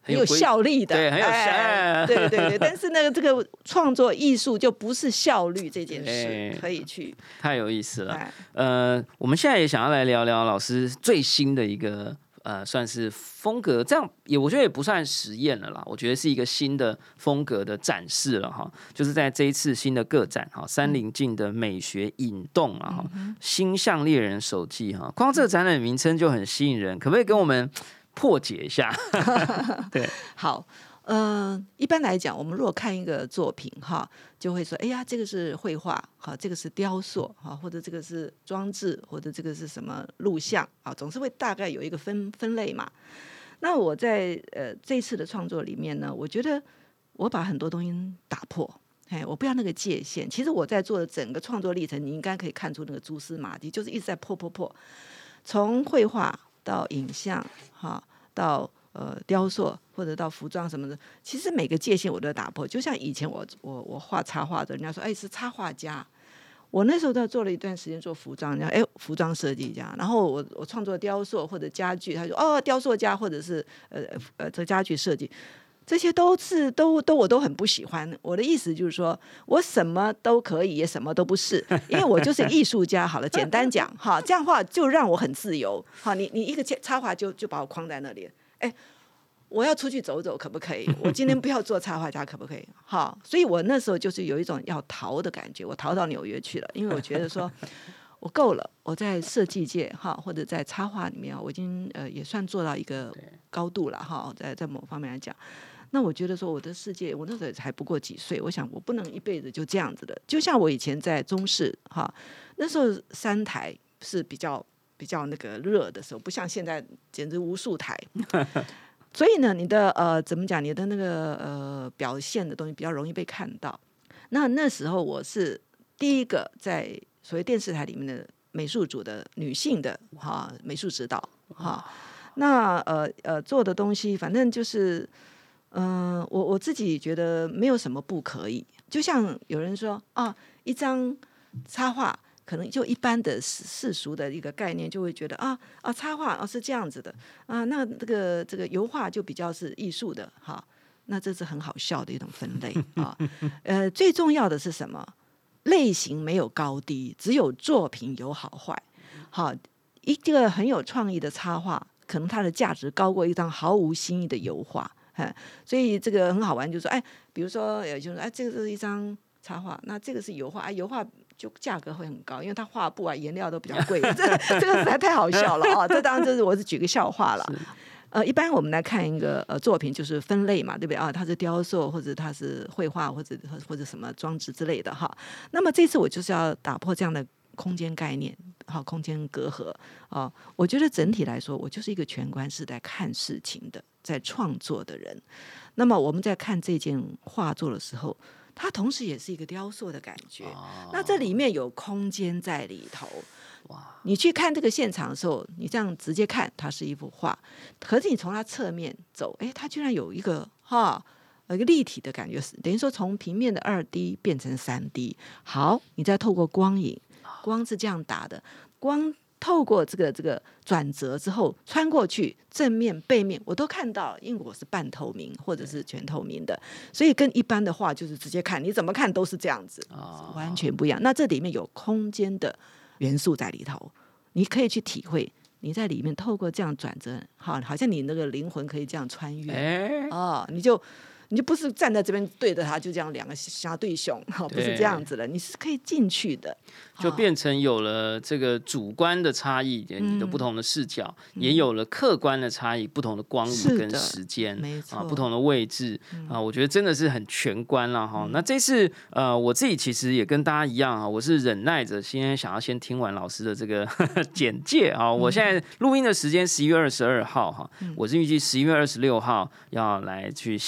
很有效率的， 对，很有效、 哎，对对对。但是那个这个创作艺术就不是效率这件事， 哎、 可以去太有意思了。 哎、 呃，我们现在也想要来聊聊老师最新的一个。呃，算是风格，这样也我觉得也不算实验了啦。我觉得是一个新的风格的展示了哈，就是在这一次新的个展哈，三棱镜的美学引动啊哈，嗯、星象猎人手记哈，光这个展览名称就很吸引人，可不可以跟我们破解一下？对， 好。呃，一般来讲，我们如果看一个作品哈，就会说，哎呀，这个是绘画，哈，这个是雕塑，哈，或者这个是装置，或者这个是什么录像，啊，总是会大概有一个分分类嘛。那我在呃这一次的创作里面呢，我觉得我把很多东西打破，哎，我不要那个界限。其实我在做的整个创作历程，你应该可以看出那个蛛丝马迹，就是一直在破破破，从绘画到影像，哈，到呃，雕塑或者到服装什么的，其实每个界限我都打破。就像以前我我我画插画的，人家说哎是插画家，我那时候都做了一段时间做服装，人家哎服装设计家，然后我我创作雕塑或者家具，他说哦雕塑家或者是呃呃这家具设计，这些都是都都我都很不喜欢。我的意思就是说我什么都可以，也什么都不是，因为我就是艺术家。好了，简单讲哈，这样的话就让我很自由。好，你你一个插画就就把我框在那里。哎，我要出去走走，可不可以？我今天不要做插画家，可不可以？好，所以我那时候就是有一种要逃的感觉，我逃到纽约去了，因为我觉得说我够了，我在设计界哈，或者在插画里面，我已经呃也算做到一个高度了哈，在在某方面来讲。那我觉得说我的世界，我那时候才不过几岁，我想我不能一辈子就这样子的。就像我以前在中视哈，那时候三台是比较。比较那个热的时候，不像现在简直无数台，所以呢，你的呃怎么讲，你的那个呃表现的东西比较容易被看到。那那时候我是第一个在所谓电视台里面的美术组的女性的哈美术指导哈。那呃呃做的东西，反正就是嗯、呃，我我自己觉得没有什么不可以。就像有人说啊，一张插画。可能就一般的世俗的一个概念，就会觉得啊啊插画啊是这样子的啊，那这个这个油画就比较是艺术的哈，那这是很好笑的一种分类啊。呃，最重要的是什么？类型没有高低，只有作品有好坏。好，一个很有创意的插画，可能它的价值高过一张毫无新意的油画。哎，所以这个很好玩，就是说，哎，比如说有就是哎，这个是一张插画，那这个是油画，哎，油画。就价格会很高，因为它画布啊、颜料都比较贵，这这个实在太好笑了啊！这当然就是我是举个笑话了。呃，一般我们来看一个呃作品，就是分类嘛，对不对啊？它是雕塑，或者它是绘画，或者或者什么装置之类的哈。那么这次我就是要打破这样的空间概念，好，空间隔阂啊。我觉得整体来说，我就是一个全观是在看事情的，在创作的人。那么我们在看这件画作的时候。它同时也是一个雕塑的感觉，哦、那这里面有空间在里头。哇！你去看这个现场的时候，你这样直接看，它是一幅画，可是你从它侧面走，哎，它居然有一个哈，有一个立体的感觉，等于说从平面的二 D 变成三 D。好，你再透过光影，光是这样打的，光。透过这个这个转折之后穿过去，正面背面我都看到，因为我是半透明或者是全透明的，所以跟一般的画就是直接看，你怎么看都是这样子，哦、完全不一样。那这里面有空间的元素在里头，你可以去体会。你在里面透过这样转折，好，好像你那个灵魂可以这样穿越，欸、哦，你就。你就不是站在这边对着他，就这样两个相对胸，不是这样子的，你是可以进去的， 就变成有了这个主观的差异，你的不同的视角，嗯、也有了客观的差异，不同的光影跟时间， 没错， 啊，不同的位置，嗯、啊，我觉得真的是很全观了哈。嗯、那这次呃，我自己其实也跟大家一样啊，我是忍耐着先想要先听完老师的这个呵呵简介啊。我现在录音的时间十一月二十二号哈，嗯、我是预计十一月二十六号要来去欣赏一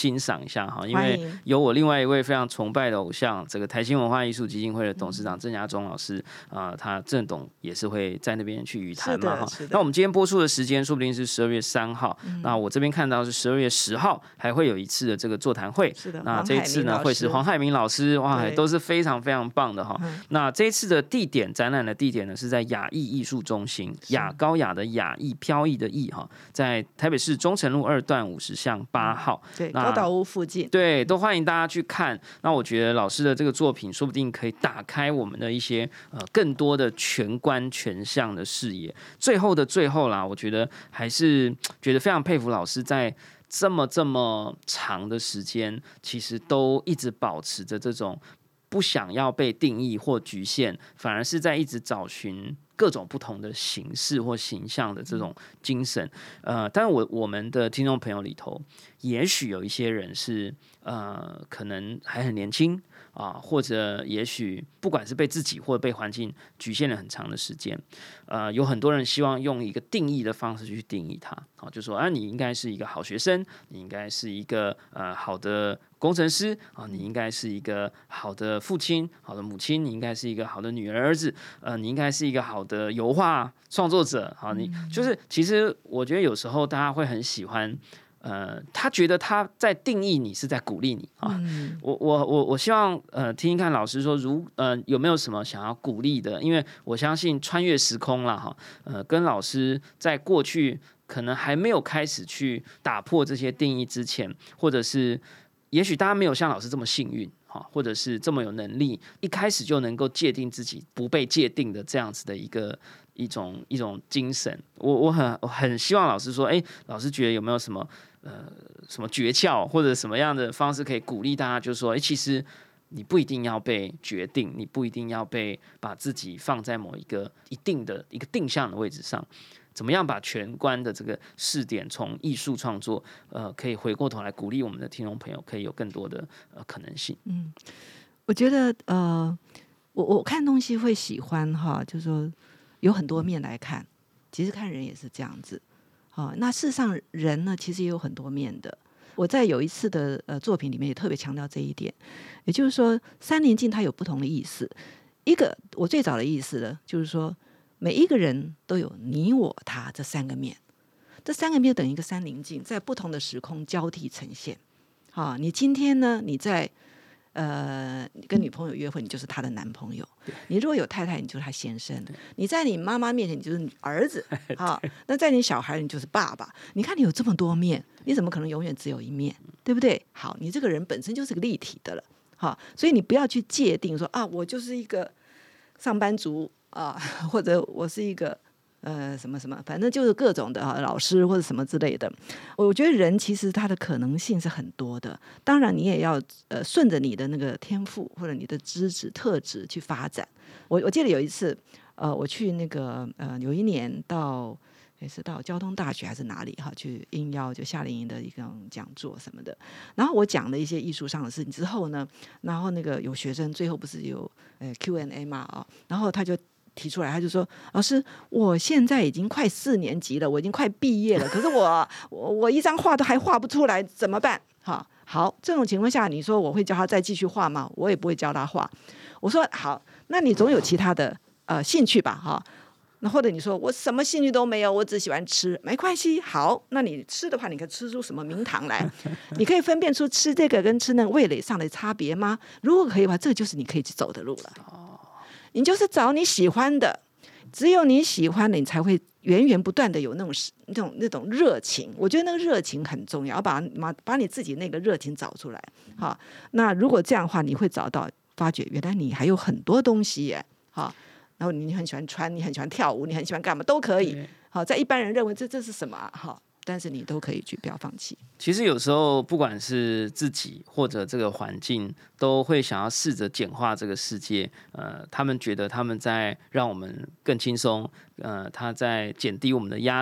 下哈，因为有我另外一位非常崇拜的偶像，这个台新文化艺术基金会的董事长郑家忠老师啊、呃，他郑董也是会在那边去语谈嘛哈。那我们今天播出的时间说不定是十二月三号、嗯，那我这边看到是十二月十号还会有一次的这个座谈会。 是的， 那这一次呢会是黄海明老师，哇，都是非常非常棒的哈、嗯。那这一次的地点展览的地点呢是在雅艺艺术中心，雅高雅的雅，艺飘逸的逸哈，在台北市中城路二段五十巷八号， 对，高岛屋附近， 对，都欢迎大家去看。那我觉得老师的这个作品，说不定可以打开我们的一些呃更多的全观全向的视野。最后的最后啦，我觉得还是觉得非常佩服老师在这么这么长的时间，其实都一直保持着这种不想要被定义或局限，反而是在一直找寻各种不同的形式或形象的这种精神。呃，但是我我们的听众朋友里头，也许有一些人是呃，可能还很年轻啊，或者也许不管是被自己或者被环境局限了很长的时间，呃，有很多人希望用一个定义的方式去定义它，啊，就说啊，你应该是一个好学生，你应该是一个呃好的工程师啊，你应该是一个好的父亲、好的母亲，你应该是一个好的女儿、儿子，呃，你应该是一个好的油画创作者，好，你就是其实我觉得有时候大家会很喜欢。呃，他觉得他在定义你，是在鼓励你啊。嗯、我我我我希望呃听听看老师说，如呃有没有什么想要鼓励的？因为我相信穿越时空啦哈，呃，跟老师在过去可能还没有开始去打破这些定义之前，或者是也许大家没有像老师这么幸运哈，或者是这么有能力，一开始就能够界定自己不被界定的这样子的一个。一种一种精神，我我很我很希望老师说，哎、欸，老师觉得有没有什么呃什么诀窍或者什么样的方式可以鼓励大家，就是说，哎、欸，其实你不一定要被决定，你不一定要被把自己放在某一个一定的一个定向的位置上，怎么样把全观的这个视点从艺术创作，呃，可以回过头来鼓励我们的听众朋友，可以有更多的呃可能性。 嗯，我觉得呃，我我看东西会喜欢哈，就是说。有很多面来看，其实看人也是这样子。哦，那事实上人呢，其实也有很多面的。我在有一次的呃作品里面也特别强调这一点，也就是说三棱镜它有不同的意思。一个我最早的意思呢，就是说每一个人都有你我他这三个面，这三个面等于一个三棱镜，在不同的时空交替呈现。好、哦，你今天呢，你在。呃，跟女朋友约会，你就是她的男朋友；你如果有太太，你就是她先生；你在你妈妈面前，你就是你儿子。好，那在你小孩，你就是爸爸。你看，你有这么多面，你怎么可能永远只有一面？对不对？好，你这个人本身就是个立体的了。好，所以你不要去界定说啊，我就是一个上班族啊，或者我是一个。呃，什么什么，反正就是各种的啊，老师或者什么之类的。我觉得人其实他的可能性是很多的，当然你也要呃顺着你的那个天赋或者你的资质特质去发展。我我记得有一次，呃，我去那个呃有一年到也是到交通大学还是哪里哈，去应邀就夏令营的一个讲座什么的。然后我讲了一些艺术上的事情之后呢，然后那个有学生最后不是有呃 Q and A 嘛啊，然后他就。提出来，他就说：“老师，我现在已经快四年级了，我已经快毕业了，可是我我我一张画都还画不出来，怎么办？”哈，好，这种情况下，你说我会教他再继续画吗？我也不会教他画。我说好，那你总有其他的呃兴趣吧，哈。那或者你说我什么兴趣都没有，我只喜欢吃，没关系。好，那你吃的话，你可以吃出什么名堂来？你可以分辨出吃这个跟吃那个味蕾上的差别吗？如果可以的话，这就是你可以去走的路了。你就是找你喜欢的，只有你喜欢的，你才会源源不断的有那种那种那种热情。我觉得那个热情很重要，要把把你自己那个热情找出来。好，那如果这样的话，你会找到发觉，原来你还有很多东西耶。好，然后你很喜欢穿，你很喜欢跳舞，你很喜欢干嘛都可以。好，在一般人认为这这是什么啊？好。但是你都可以去，不要放弃。 其实有时候不管是自己或者这个环境，都会想要试着简化这个世界。呃，他们觉得他们在让我们更轻松，呃，他在减低我们的压力。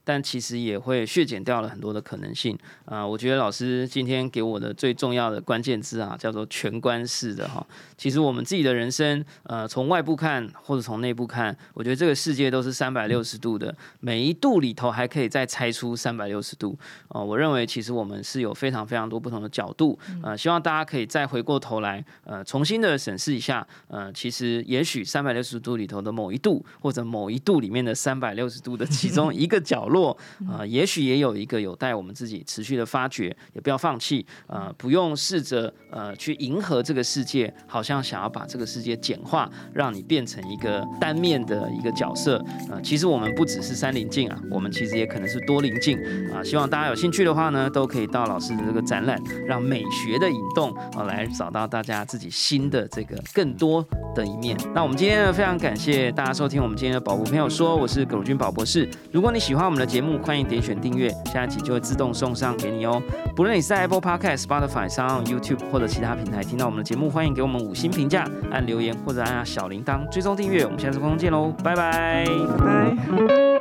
但其实也会削减掉了很多的可能性。呃，我觉得老师今天给我的最重要的关键字啊，叫做全观式的哈。其实我们自己的人生，呃，从外部看或者从内部看，我觉得这个世界都是三百六十度的，每一度里头还可以再拆出三百六十度。呃，我认为其实我们是有非常非常多不同的角度，呃，希望大家可以再回过头来，呃，重新的审视一下，呃，其实也许三百六十度里头的某一度，或者某一度里面的三百六十度的其中一个角落，呃，也许也有一个有待我们自己持续的发掘，也不要放弃，呃，不用试着呃去迎合这个世界，好像想要把这个世界简化，让你变成一个单面的一个角色，呃，其实我们不只是三棱镜啊，我们其实也可能是多棱镜啊。希望大家有兴趣的话呢，都可以到老师的这个展览，让美学的引动啊，来找到大家自己新的这个更多的一面。那我们今天呢，非常感谢大家收听我们今天的宝博朋友说，我是葛如君宝博士。如果你喜欢我们的节目，欢迎点选订阅，下一集就会自动送上给你哦。不论你是在 Apple Podcast、Spotify、SoundOn、YouTube 或者其他平台听到我们的节目，欢迎给我们五星评价、按留言或者按下小铃铛追踪订阅。我们下次空中见喽，拜拜， 拜拜。